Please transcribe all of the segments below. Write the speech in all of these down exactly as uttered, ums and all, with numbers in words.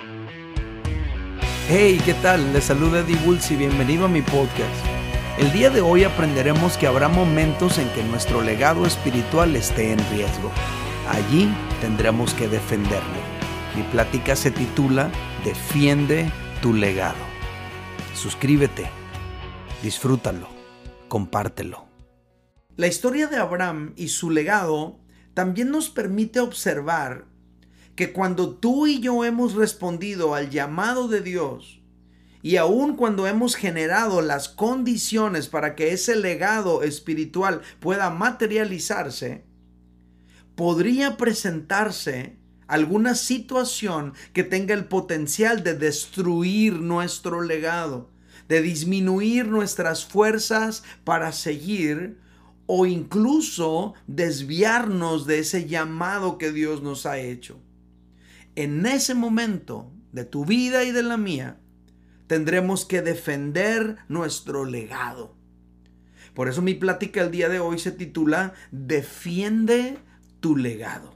Hey, ¿qué tal? Les saluda Eddie Woods y bienvenido a mi podcast. El día de hoy aprenderemos que habrá momentos en que nuestro legado espiritual esté en riesgo. Allí tendremos que defenderlo. Mi plática se titula Defiende tu legado. Suscríbete, disfrútalo, compártelo. La historia de Abraham y su legado también nos permite observar que cuando tú y yo hemos respondido al llamado de Dios y aun cuando hemos generado las condiciones para que ese legado espiritual pueda materializarse, podría presentarse alguna situación que tenga el potencial de destruir nuestro legado, de disminuir nuestras fuerzas para seguir o incluso desviarnos de ese llamado que Dios nos ha hecho. En ese momento de tu vida y de la mía, tendremos que defender nuestro legado. Por eso mi plática el día de hoy se titula Defiende tu legado.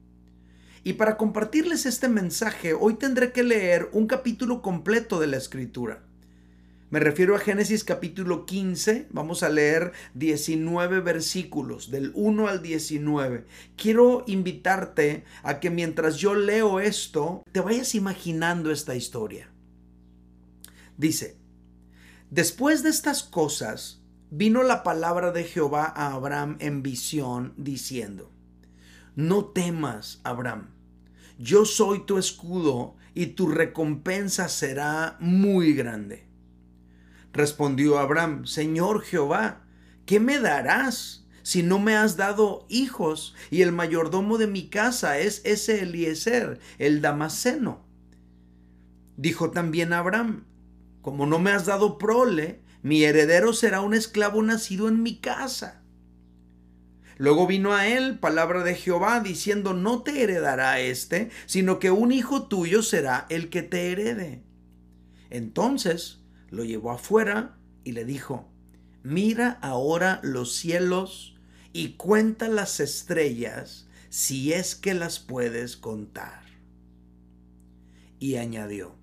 Y para compartirles este mensaje, hoy tendré que leer un capítulo completo de la Escritura. Me refiero a Génesis capítulo quince, vamos a leer diecinueve versículos, del uno al diecinueve. Quiero invitarte a que mientras yo leo esto, te vayas imaginando esta historia. Dice, después de estas cosas, vino la palabra de Jehová a Abraham en visión, diciendo, no temas, Abraham, yo soy tu escudo y tu recompensa será muy grande. Respondió Abraham, Señor Jehová, ¿qué me darás si no me has dado hijos y el mayordomo de mi casa es ese Eliezer, el Damaseno? Dijo también Abraham, como no me has dado prole, mi heredero será un esclavo nacido en mi casa. Luego vino a él palabra de Jehová diciendo, no te heredará éste, sino que un hijo tuyo será el que te herede. Entonces lo llevó afuera y le dijo, mira ahora los cielos y cuenta las estrellas si es que las puedes contar. Y añadió,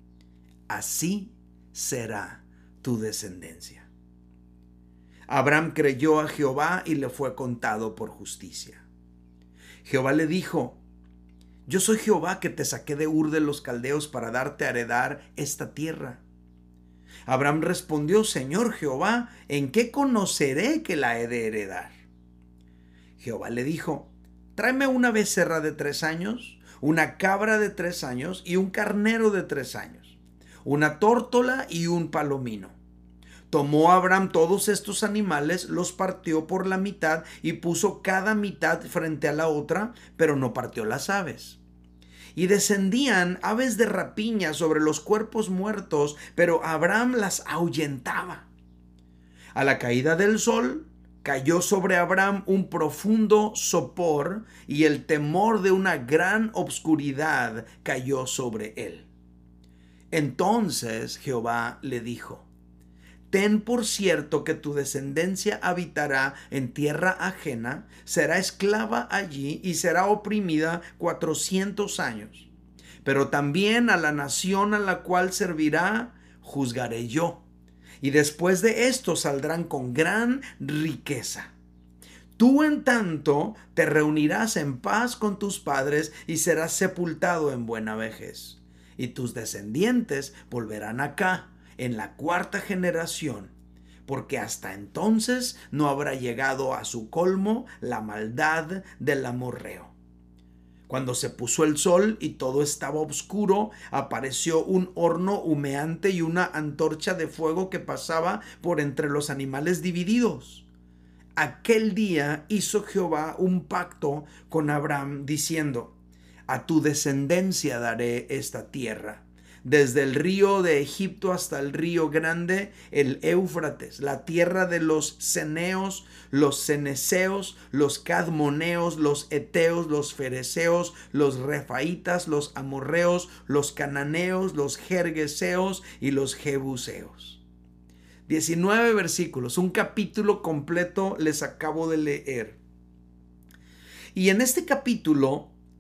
así será tu descendencia. Abraham creyó a Jehová y le fue contado por justicia. Jehová le dijo, yo soy Jehová que te saqué de Ur de los Caldeos para darte a heredar esta tierra. Abraham respondió, Señor Jehová, ¿en qué conoceré que la he de heredar? Jehová le dijo, tráeme una becerra de tres años, una cabra de tres años y un carnero de tres años, una tórtola y un palomino. Tomó Abraham todos estos animales, los partió por la mitad y puso cada mitad frente a la otra, pero no partió las aves. Y descendían aves de rapiña sobre los cuerpos muertos, pero Abraham las ahuyentaba. A la caída del sol, cayó sobre Abraham un profundo sopor, y el temor de una gran obscuridad cayó sobre él. Entonces Jehová le dijo, ten por cierto que tu descendencia habitará en tierra ajena, será esclava allí y será oprimida cuatrocientos años. Pero también a la nación a la cual servirá, juzgaré yo. Y después de esto saldrán con gran riqueza. Tú en tanto te reunirás en paz con tus padres y serás sepultado en buena vejez. Y tus descendientes volverán acá en la cuarta generación, porque hasta entonces no habrá llegado a su colmo la maldad del amorreo. Cuando se puso el sol y todo estaba oscuro, apareció un horno humeante y una antorcha de fuego que pasaba por entre los animales divididos. Aquel día hizo Jehová un pacto con Abraham, diciendo, a tu descendencia daré esta tierra, desde el río de Egipto hasta el río grande, el Éufrates, la tierra de los ceneos, los ceneseos, los cadmoneos, los eteos, los fereceos, los refaitas, los amorreos, los cananeos, los gergeseos y los jebuseos. diecinueve versículos, un capítulo completo les acabo de leer. Y en este capítulo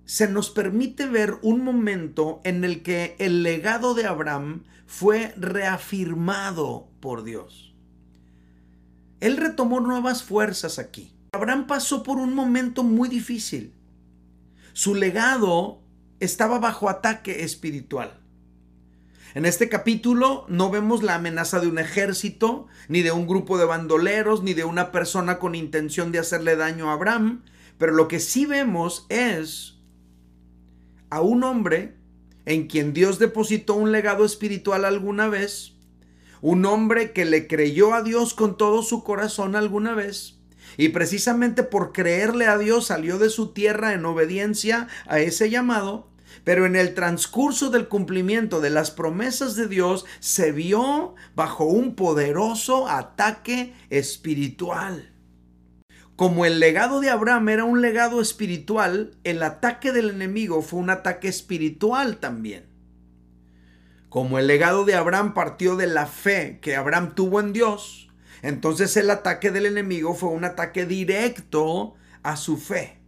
se nos permite ver un momento en el que el legado de Abraham fue reafirmado por Dios. Él retomó nuevas fuerzas aquí. Abraham pasó por un momento muy difícil. Su legado estaba bajo ataque espiritual. En este capítulo no vemos la amenaza de un ejército, ni de un grupo de bandoleros, ni de una persona con intención de hacerle daño a Abraham, pero lo que sí vemos es a un hombre en quien Dios depositó un legado espiritual alguna vez, un hombre que le creyó a Dios con todo su corazón alguna vez, y precisamente por creerle a Dios salió de su tierra en obediencia a ese llamado, pero en el transcurso del cumplimiento de las promesas de Dios se vio bajo un poderoso ataque espiritual. Como el legado de Abraham era un legado espiritual, el ataque del enemigo fue un ataque espiritual también. Como el legado de Abraham partió de la fe que Abraham tuvo en Dios, entonces el ataque del enemigo fue un ataque directo a su fe.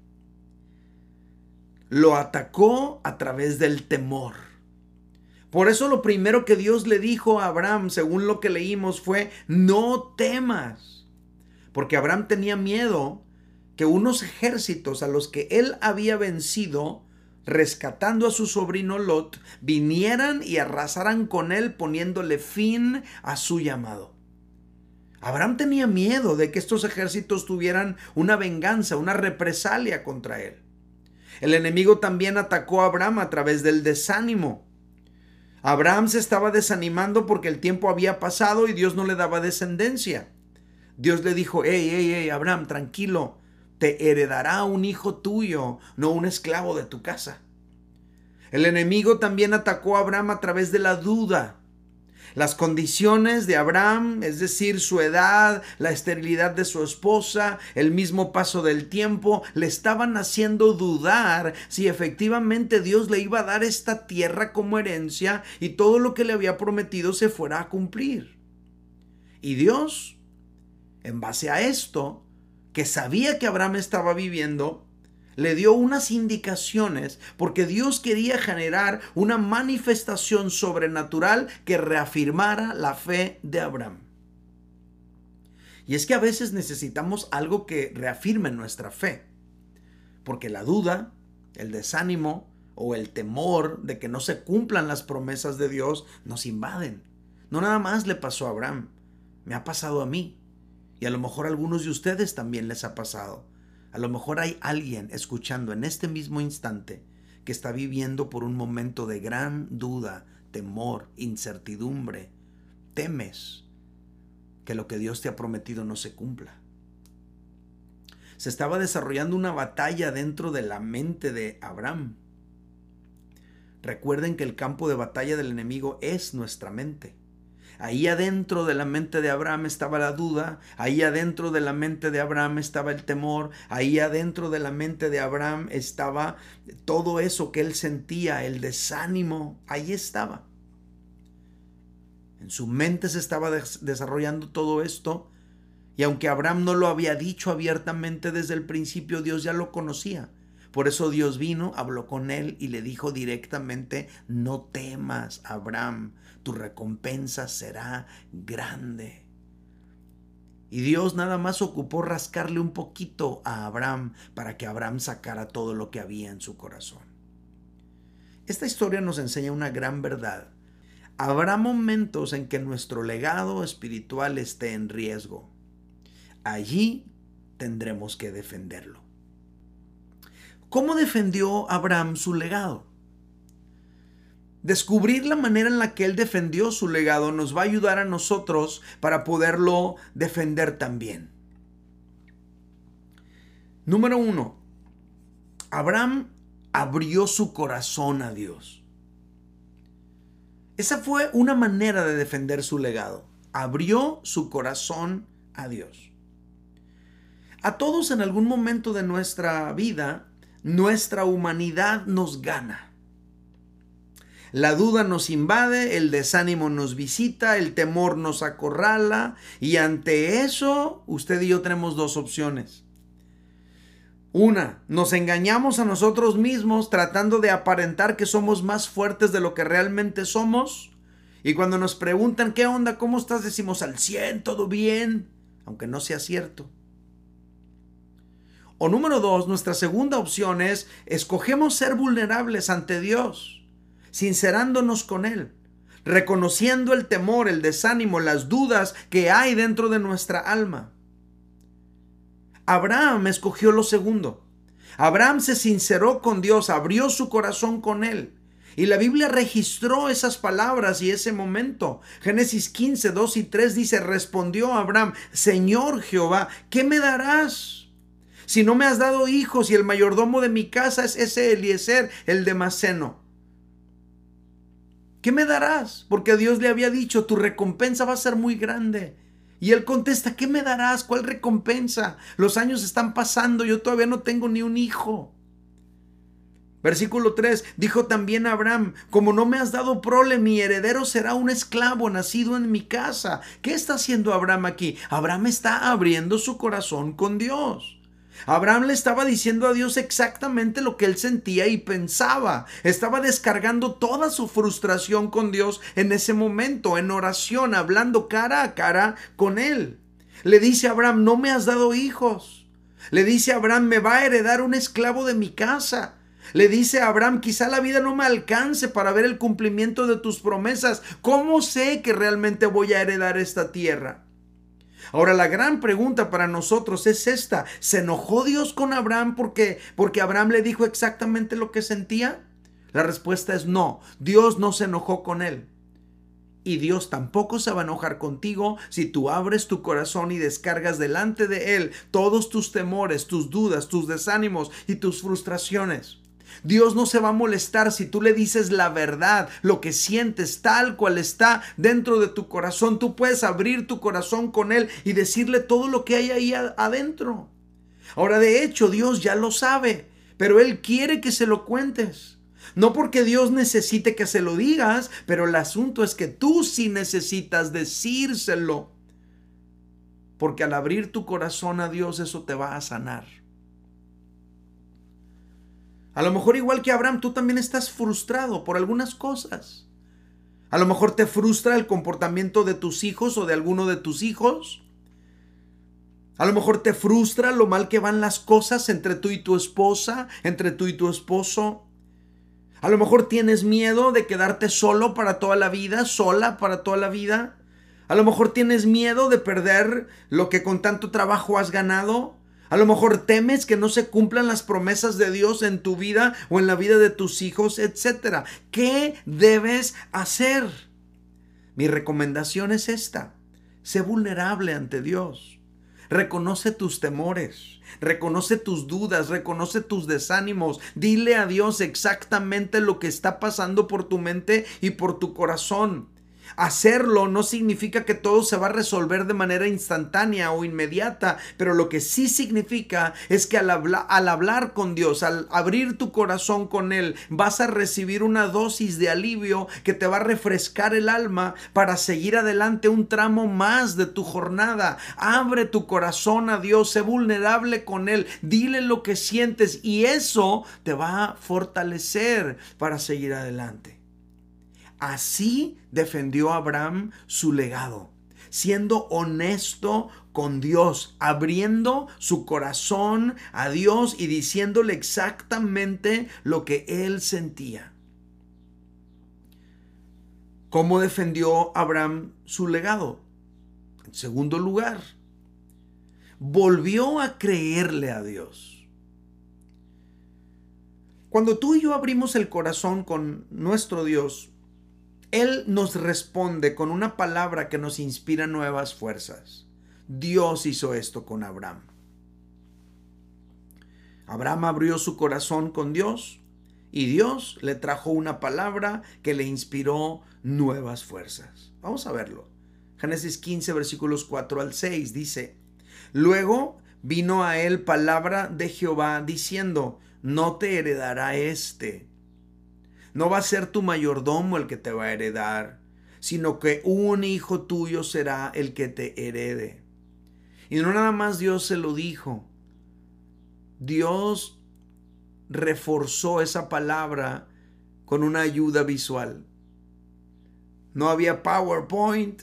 Lo atacó a través del temor. Por eso lo primero que Dios le dijo a Abraham, según lo que leímos, fue: no temas. Porque Abraham tenía miedo que unos ejércitos a los que él había vencido, rescatando a su sobrino Lot, vinieran y arrasaran con él, poniéndole fin a su llamado. Abraham tenía miedo de que estos ejércitos tuvieran una venganza, una represalia contra él. El enemigo también atacó a Abraham a través del desánimo. Abraham se estaba desanimando porque el tiempo había pasado y Dios no le daba descendencia. Dios le dijo: hey, hey, hey, Abraham, tranquilo, te heredará un hijo tuyo, no un esclavo de tu casa. El enemigo también atacó a Abraham a través de la duda. Las condiciones de Abraham, es decir, su edad, la esterilidad de su esposa, el mismo paso del tiempo, le estaban haciendo dudar si efectivamente Dios le iba a dar esta tierra como herencia y todo lo que le había prometido se fuera a cumplir. Y Dios, en base a esto, que sabía que Abraham estaba viviendo, le dio unas indicaciones porque Dios quería generar una manifestación sobrenatural que reafirmara la fe de Abraham. Y es que a veces necesitamos algo que reafirme nuestra fe, porque la duda, el desánimo o el temor de que no se cumplan las promesas de Dios nos invaden. No nada más le pasó a Abraham, me ha pasado a mí. Y a lo mejor a algunos de ustedes también les ha pasado. A lo mejor hay alguien escuchando en este mismo instante que está viviendo por un momento de gran duda, temor, incertidumbre. Temes que lo que Dios te ha prometido no se cumpla. Se estaba desarrollando una batalla dentro de la mente de Abraham. Recuerden que el campo de batalla del enemigo es nuestra mente. Ahí adentro de la mente de Abraham estaba la duda, ahí adentro de la mente de Abraham estaba el temor, ahí adentro de la mente de Abraham estaba todo eso que él sentía, el desánimo, ahí estaba. En su mente se estaba des- desarrollando todo esto, y aunque Abraham no lo había dicho abiertamente desde el principio, Dios ya lo conocía. Por eso Dios vino, habló con él y le dijo directamente: no temas, Abraham, tu recompensa será grande. Y Dios nada más ocupó rascarle un poquito a Abraham para que Abraham sacara todo lo que había en su corazón. Esta historia nos enseña una gran verdad. Habrá momentos en que nuestro legado espiritual esté en riesgo. Allí tendremos que defenderlo. ¿Cómo defendió Abraham su legado? Descubrir la manera en la que él defendió su legado nos va a ayudar a nosotros para poderlo defender también. Número uno, Abraham abrió su corazón a Dios. Esa fue una manera de defender su legado. Abrió su corazón a Dios. A todos en algún momento de nuestra vida, nuestra humanidad nos gana. La duda nos invade, el desánimo nos visita, el temor nos acorrala, y ante eso usted y yo tenemos dos opciones. Una, nos engañamos a nosotros mismos tratando de aparentar que somos más fuertes de lo que realmente somos. Y cuando nos preguntan, ¿qué onda? ¿Cómo estás? Decimos, al cien, todo bien, aunque no sea cierto. O número dos, nuestra segunda opción es, escogemos ser vulnerables ante Dios, sincerándonos con Él, reconociendo el temor, el desánimo, las dudas que hay dentro de nuestra alma. Abraham escogió lo segundo. Abraham se sinceró con Dios, abrió su corazón con Él. Y la Biblia registró esas palabras y ese momento. Génesis quince, dos y tres dice, respondió Abraham, Señor Jehová, ¿qué me darás? Si no me has dado hijos y el mayordomo de mi casa es ese Eliezer, el Damaseno. ¿Qué me darás? Porque Dios le había dicho, tu recompensa va a ser muy grande. Y él contesta, ¿qué me darás? ¿Cuál recompensa? Los años están pasando, yo todavía no tengo ni un hijo. Versículo tres, dijo también Abraham, como no me has dado prole, mi heredero será un esclavo nacido en mi casa. ¿Qué está haciendo Abraham aquí? Abraham está abriendo su corazón con Dios. Abraham le estaba diciendo a Dios exactamente lo que él sentía y pensaba. Estaba descargando toda su frustración con Dios en ese momento, en oración, hablando cara a cara con él. Le dice a Abraham, no me has dado hijos. Le dice a Abraham, me va a heredar un esclavo de mi casa. Le dice a Abraham, quizá la vida no me alcance para ver el cumplimiento de tus promesas. ¿Cómo sé que realmente voy a heredar esta tierra? Ahora la gran pregunta para nosotros es esta. ¿Se enojó Dios con Abraham porque, porque Abraham le dijo exactamente lo que sentía? La respuesta es no. Dios no se enojó con él. Y Dios tampoco se va a enojar contigo si tú abres tu corazón y descargas delante de Él todos tus temores, tus dudas, tus desánimos y tus frustraciones. Dios no se va a molestar si tú le dices la verdad, lo que sientes tal cual está dentro de tu corazón. Tú puedes abrir tu corazón con Él y decirle todo lo que hay ahí adentro. Ahora, de hecho, Dios ya lo sabe, pero Él quiere que se lo cuentes. No porque Dios necesite que se lo digas, pero el asunto es que tú sí necesitas decírselo. Porque al abrir tu corazón a Dios, eso te va a sanar. A lo mejor igual que Abraham, tú también estás frustrado por algunas cosas. A lo mejor te frustra el comportamiento de tus hijos o de alguno de tus hijos. A lo mejor te frustra lo mal que van las cosas entre tú y tu esposa, entre tú y tu esposo. A lo mejor tienes miedo de quedarte solo para toda la vida, sola para toda la vida. A lo mejor tienes miedo de perder lo que con tanto trabajo has ganado. A lo mejor temes que no se cumplan las promesas de Dios en tu vida o en la vida de tus hijos, etcétera. ¿Qué debes hacer? Mi recomendación es esta. Sé vulnerable ante Dios. Reconoce tus temores, reconoce tus dudas, reconoce tus desánimos. Dile a Dios exactamente lo que está pasando por tu mente y por tu corazón. Hacerlo no significa que todo se va a resolver de manera instantánea o inmediata, pero lo que sí significa es que al, habla, al hablar con Dios, al abrir tu corazón con Él, vas a recibir una dosis de alivio que te va a refrescar el alma para seguir adelante un tramo más de tu jornada. Abre tu corazón a Dios, sé vulnerable con Él, dile lo que sientes y eso te va a fortalecer para seguir adelante. Así defendió Abraham su legado, siendo honesto con Dios, abriendo su corazón a Dios y diciéndole exactamente lo que él sentía. ¿Cómo defendió Abraham su legado? En segundo lugar, volvió a creerle a Dios. Cuando tú y yo abrimos el corazón con nuestro Dios, Él nos responde con una palabra que nos inspira nuevas fuerzas. Dios hizo esto con Abraham. Abraham abrió su corazón con Dios y Dios le trajo una palabra que le inspiró nuevas fuerzas. Vamos a verlo. Génesis quince, versículos cuatro al seis dice: Luego vino a él palabra de Jehová diciendo: No te heredará este. No va a ser tu mayordomo el que te va a heredar, sino que un hijo tuyo será el que te herede. Y no nada más Dios se lo dijo, Dios reforzó esa palabra con una ayuda visual. No había PowerPoint,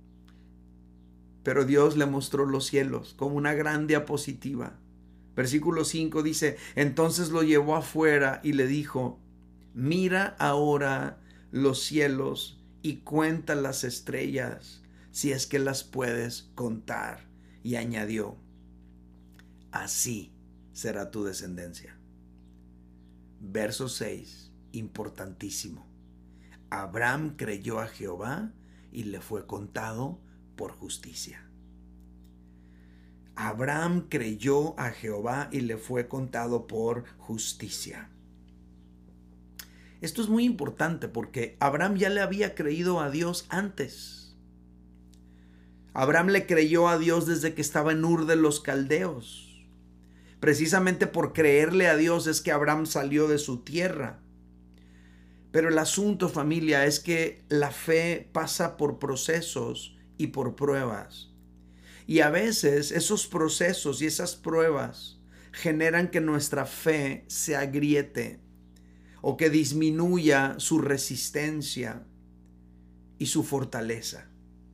pero Dios le mostró los cielos como una gran diapositiva. Versículo cinco dice, entonces lo llevó afuera y le dijo, mira ahora los cielos y cuenta las estrellas, si es que las puedes contar. Y añadió, así será tu descendencia. Verso seis, importantísimo. Abraham creyó a Jehová y le fue contado por justicia. Abraham creyó a Jehová y le fue contado por justicia. Esto es muy importante porque Abraham ya le había creído a Dios antes. Abraham le creyó a Dios desde que estaba en Ur de los Caldeos. Precisamente por creerle a Dios es que Abraham salió de su tierra. Pero el asunto, familia, es que la fe pasa por procesos y por pruebas. Y a veces esos procesos y esas pruebas generan que nuestra fe se agriete o que disminuya su resistencia y su fortaleza.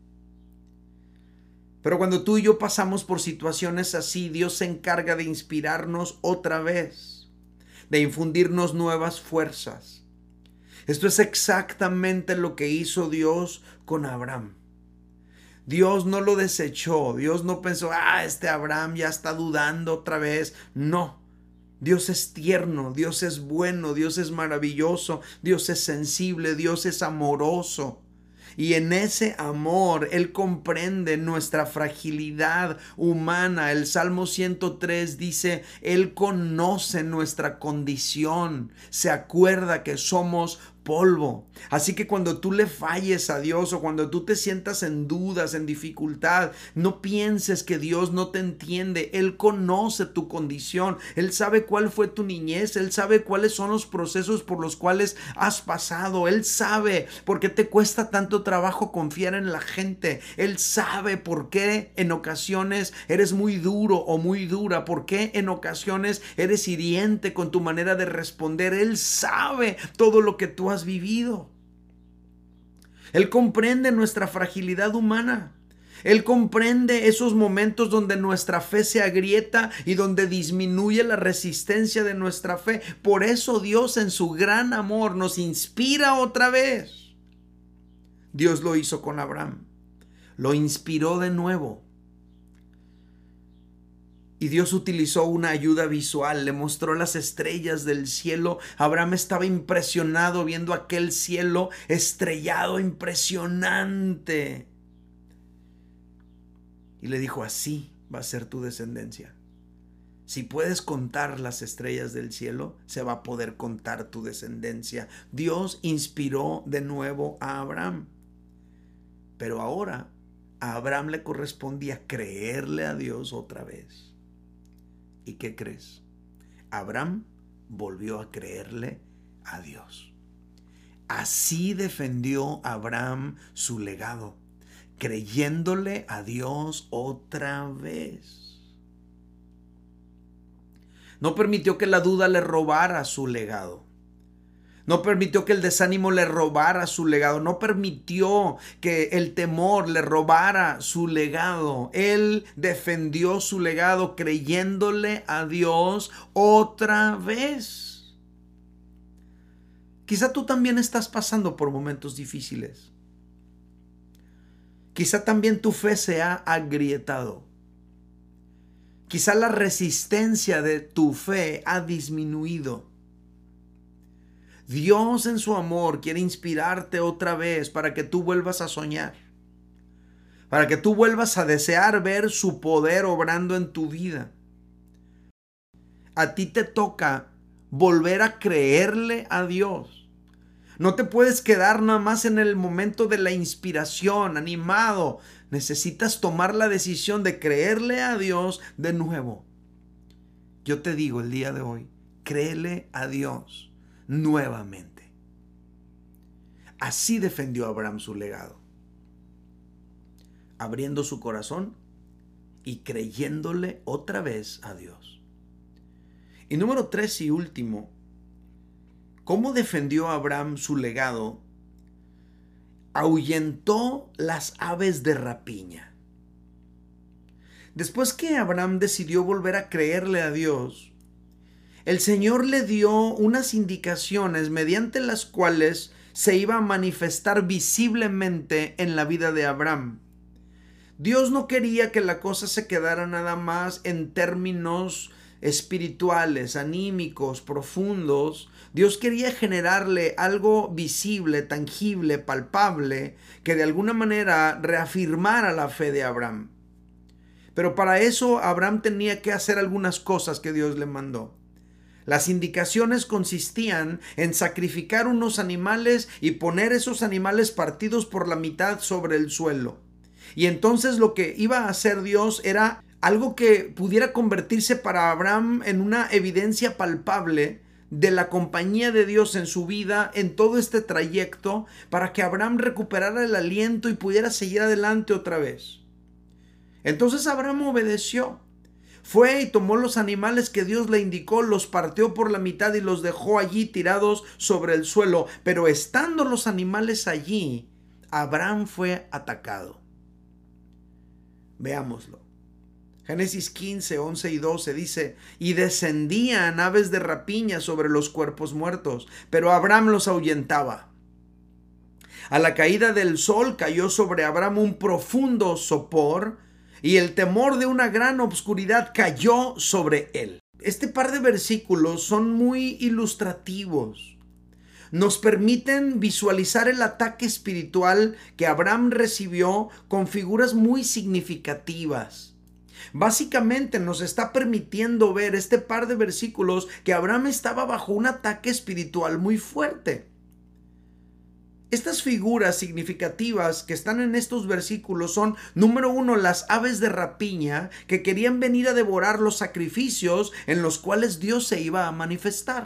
Pero cuando tú y yo pasamos por situaciones así, Dios se encarga de inspirarnos otra vez, de infundirnos nuevas fuerzas. Esto es exactamente lo que hizo Dios con Abraham. Dios no lo desechó. Dios no pensó, ah, este Abraham ya está dudando otra vez. No. Dios es tierno, Dios es bueno, Dios es maravilloso, Dios es sensible, Dios es amoroso. Y en ese amor Él comprende nuestra fragilidad humana. El Salmo ciento tres dice, Él conoce nuestra condición, se acuerda que somos polvo. Así que cuando tú le falles a Dios o cuando tú te sientas en dudas, en dificultad, no pienses que Dios no te entiende. Él conoce tu condición. Él sabe cuál fue tu niñez. Él sabe cuáles son los procesos por los cuales has pasado. Él sabe por qué te cuesta tanto trabajo confiar en la gente. Él sabe por qué en ocasiones eres muy duro o muy dura. Por qué en ocasiones eres hiriente con tu manera de responder. Él sabe todo lo que tú has has vivido. Él comprende nuestra fragilidad humana. Él comprende esos momentos donde nuestra fe se agrieta y donde disminuye la resistencia de nuestra fe. Por eso Dios en su gran amor nos inspira otra vez. Dios lo hizo con Abraham. Lo inspiró de nuevo. Y Dios utilizó una ayuda visual, le mostró las estrellas del cielo. Abraham estaba impresionado viendo aquel cielo estrellado, impresionante. Y le dijo, así va a ser tu descendencia. Si puedes contar las estrellas del cielo, se va a poder contar tu descendencia. Dios inspiró de nuevo a Abraham. Pero ahora a Abraham le correspondía creerle a Dios otra vez. ¿Y qué crees? Abraham volvió a creerle a Dios. Así defendió Abraham su legado, creyéndole a Dios otra vez. No permitió que la duda le robara su legado. No permitió que el desánimo le robara su legado. No permitió que el temor le robara su legado. Él defendió su legado creyéndole a Dios otra vez. Quizá tú también estás pasando por momentos difíciles. Quizá también tu fe se ha agrietado. Quizá la resistencia de tu fe ha disminuido. Dios en su amor quiere inspirarte otra vez para que tú vuelvas a soñar, para que tú vuelvas a desear ver su poder obrando en tu vida. A ti te toca volver a creerle a Dios. No te puedes quedar nada más en el momento de la inspiración, animado. Necesitas tomar la decisión de creerle a Dios de nuevo. Yo te digo el día de hoy, créele a Dios nuevamente. Así defendió Abraham su legado, abriendo su corazón y creyéndole otra vez a Dios. Y número tres y último, ¿cómo defendió Abraham su legado? Ahuyentó las aves de rapiña. Después que Abraham decidió volver a creerle a Dios, el Señor le dio unas indicaciones mediante las cuales se iba a manifestar visiblemente en la vida de Abraham. Dios no quería que la cosa se quedara nada más en términos espirituales, anímicos, profundos. Dios quería generarle algo visible, tangible, palpable, que de alguna manera reafirmara la fe de Abraham. Pero para eso Abraham tenía que hacer algunas cosas que Dios le mandó. Las indicaciones consistían en sacrificar unos animales y poner esos animales partidos por la mitad sobre el suelo. Y entonces lo que iba a hacer Dios era algo que pudiera convertirse para Abraham en una evidencia palpable de la compañía de Dios en su vida, en todo este trayecto, para que Abraham recuperara el aliento y pudiera seguir adelante otra vez. Entonces Abraham obedeció. Fue y tomó los animales que Dios le indicó, los partió por la mitad y los dejó allí tirados sobre el suelo. Pero estando los animales allí, Abraham fue atacado. Veámoslo. Génesis quince, once y doce dice: y descendían aves de rapiña sobre los cuerpos muertos, pero Abraham los ahuyentaba. A la caída del sol cayó sobre Abraham un profundo sopor, y el temor de una gran obscuridad cayó sobre él. Este par de versículos son muy ilustrativos. Nos permiten visualizar el ataque espiritual que Abraham recibió con figuras muy significativas. Básicamente nos está permitiendo ver este par de versículos que Abraham estaba bajo un ataque espiritual muy fuerte. Estas figuras significativas que están en estos versículos son, número uno, las aves de rapiña que querían venir a devorar los sacrificios en los cuales Dios se iba a manifestar.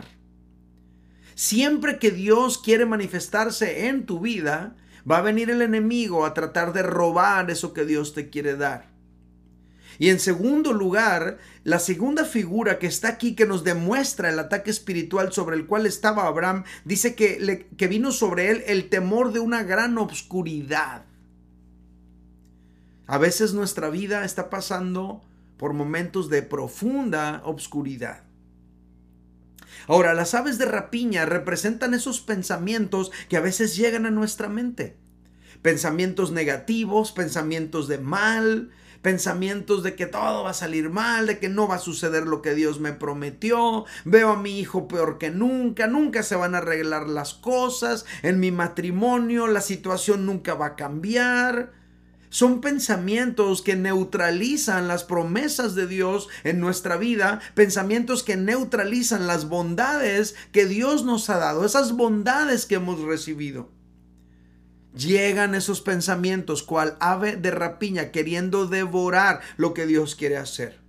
Siempre que Dios quiere manifestarse en tu vida, va a venir el enemigo a tratar de robar eso que Dios te quiere dar. Y en segundo lugar, la segunda figura que está aquí, que nos demuestra el ataque espiritual sobre el cual estaba Abraham, dice que, le, que vino sobre él el temor de una gran obscuridad. A veces nuestra vida está pasando por momentos de profunda obscuridad. Ahora, las aves de rapiña representan esos pensamientos que a veces llegan a nuestra mente. Pensamientos negativos, pensamientos de mal, pensamientos de que todo va a salir mal, de que no va a suceder lo que Dios me prometió, veo a mi hijo peor que nunca, nunca se van a arreglar las cosas, en mi matrimonio la situación nunca va a cambiar. Son pensamientos que neutralizan las promesas de Dios en nuestra vida, pensamientos que neutralizan las bondades que Dios nos ha dado, esas bondades que hemos recibido. Llegan esos pensamientos cual ave de rapiña queriendo devorar lo que Dios quiere hacer.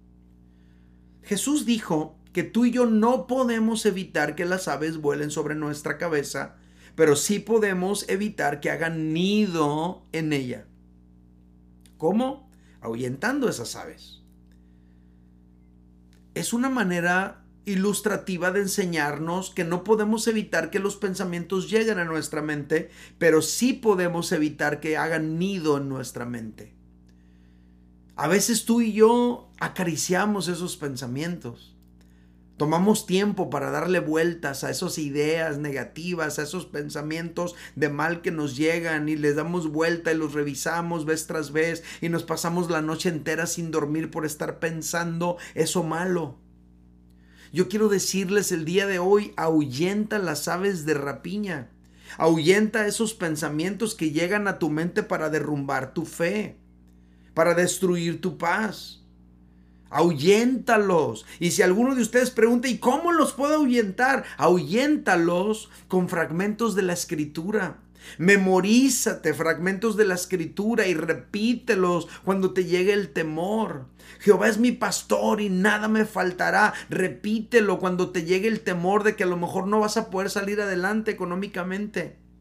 Jesús dijo que tú y yo no podemos evitar que las aves vuelen sobre nuestra cabeza, pero sí podemos evitar que hagan nido en ella. ¿Cómo? Ahuyentando esas aves. Es una manera ilustrativa de enseñarnos que no podemos evitar que los pensamientos lleguen a nuestra mente, pero sí podemos evitar que hagan nido en nuestra mente. A veces tú y yo acariciamos esos pensamientos. Tomamos tiempo para darle vueltas a esas ideas negativas, a esos pensamientos de mal que nos llegan, y les damos vuelta y los revisamos vez tras vez y nos pasamos la noche entera sin dormir por estar pensando eso malo. Yo quiero decirles el día de hoy: ahuyenta las aves de rapiña. Ahuyenta esos pensamientos que llegan a tu mente para derrumbar tu fe, para destruir tu paz. Ahuyéntalos. Y si alguno de ustedes pregunta: ¿y cómo los puedo ahuyentar? Ahuyéntalos con fragmentos de la Escritura. Memorízate fragmentos de la Escritura y repítelos cuando te llegue el temor. Jehová es mi pastor y nada me faltará. Repítelo cuando te llegue el temor de que a lo mejor no vas a poder salir adelante económicamente.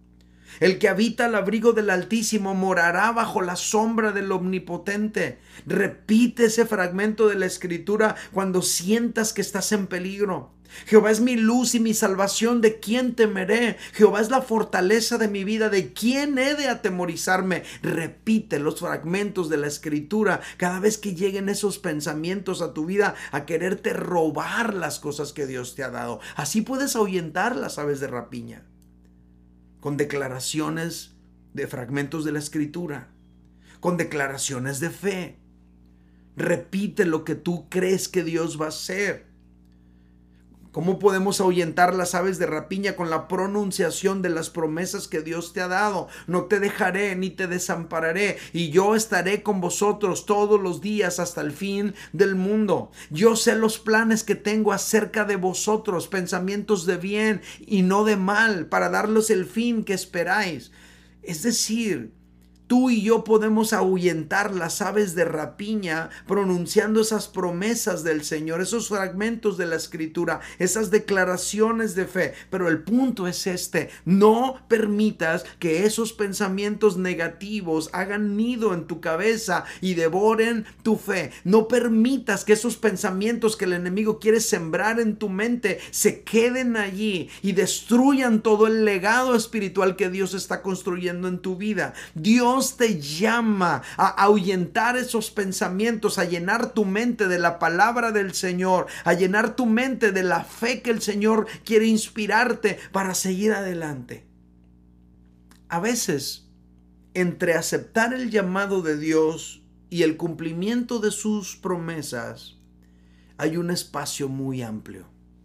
El que habita al abrigo del Altísimo morará bajo la sombra del Omnipotente. Repite ese fragmento de la Escritura cuando sientas que estás en peligro. Jehová es mi luz y mi salvación, ¿de quién temeré? Jehová es la fortaleza de mi vida, ¿de quién he de atemorizarme? Repite los fragmentos de la Escritura cada vez que lleguen esos pensamientos a tu vida a quererte robar las cosas que Dios te ha dado. Así puedes ahuyentar las aves de rapiña, con declaraciones de fragmentos de la Escritura, con declaraciones de fe. Repite lo que tú crees que Dios va a hacer. ¿Cómo podemos ahuyentar las aves de rapiña? Con la pronunciación de las promesas que Dios te ha dado. No te dejaré ni te desampararé, y yo estaré con vosotros todos los días hasta el fin del mundo. Yo sé los planes que tengo acerca de vosotros, pensamientos de bien y no de mal, para darles el fin que esperáis. Es decir, tú y yo podemos ahuyentar las aves de rapiña pronunciando esas promesas del Señor, esos fragmentos de la Escritura, esas declaraciones de fe. Pero el punto es este: no permitas que esos pensamientos negativos hagan nido en tu cabeza y devoren tu fe. No permitas que esos pensamientos que el enemigo quiere sembrar en tu mente se queden allí y destruyan todo el legado espiritual que Dios está construyendo en tu vida. Dios Dios te llama a ahuyentar esos pensamientos, a llenar tu mente de la palabra del Señor, a llenar tu mente de la fe que el Señor quiere inspirarte para seguir adelante. A veces, entre aceptar el llamado de Dios y el cumplimiento de sus promesas, hay un espacio muy amplio.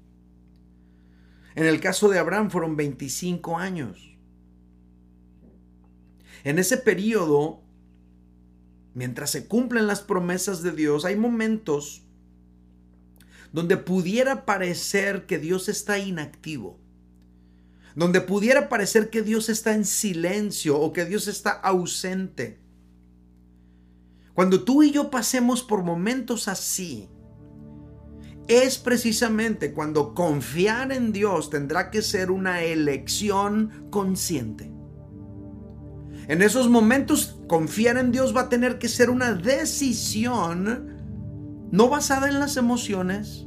En el caso de Abraham fueron veinticinco años. En ese periodo, mientras se cumplen las promesas de Dios, hay momentos donde pudiera parecer que Dios está inactivo, donde pudiera parecer que Dios está en silencio o que Dios está ausente. Cuando tú y yo pasemos por momentos así, es precisamente cuando confiar en Dios tendrá que ser una elección consciente. En esos momentos, confiar en Dios va a tener que ser una decisión no basada en las emociones,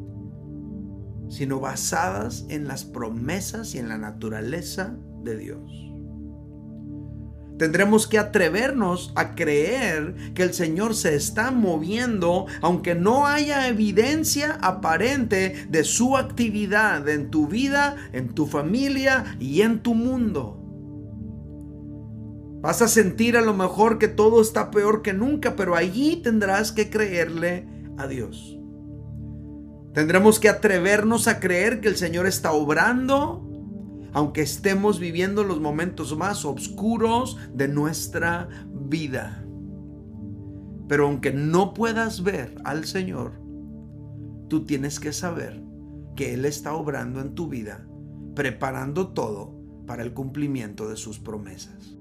sino basadas en las promesas y en la naturaleza de Dios. Tendremos que atrevernos a creer que el Señor se está moviendo, aunque no haya evidencia aparente de su actividad en tu vida, en tu familia y en tu mundo. Vas a sentir a lo mejor que todo está peor que nunca, pero allí tendrás que creerle a Dios. Tendremos que atrevernos a creer que el Señor está obrando, aunque estemos viviendo los momentos más oscuros de nuestra vida. Pero aunque no puedas ver al Señor, tú tienes que saber que Él está obrando en tu vida, preparando todo para el cumplimiento de sus promesas.